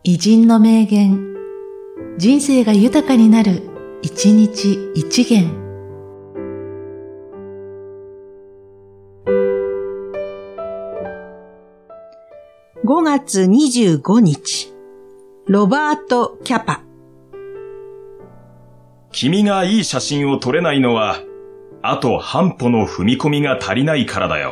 偉人の名言、人生が豊かになる、一日一元。 5月25日、ロバート・キャパ。 君がいい写真を撮れないのは、あと半歩の踏み込みが足りないからだよ。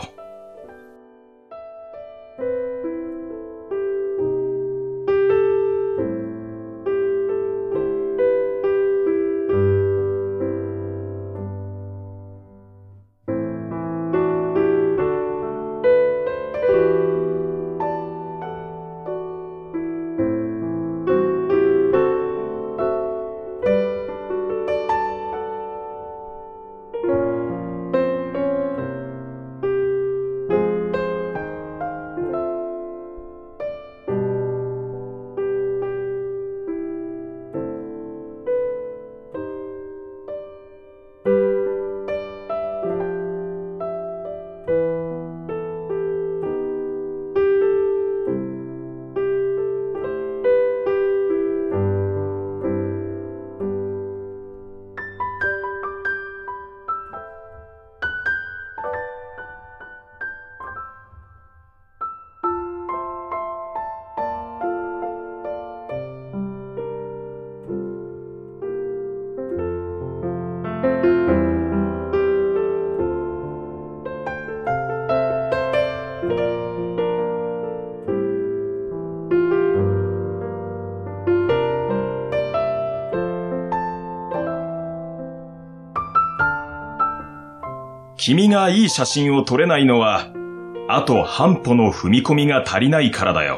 君がいい写真を撮れないのは、あと半歩の踏み込みが足りないからだよ。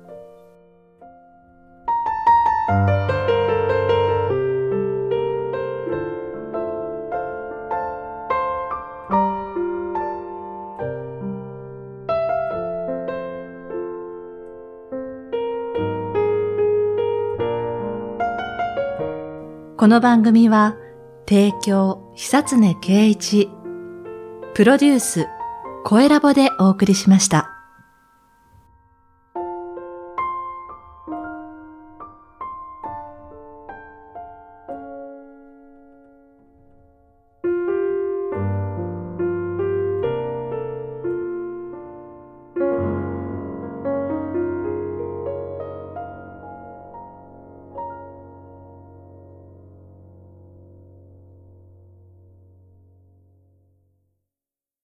この番組は、提供、久常圭一、プロデュース、声ラボでお送りしました。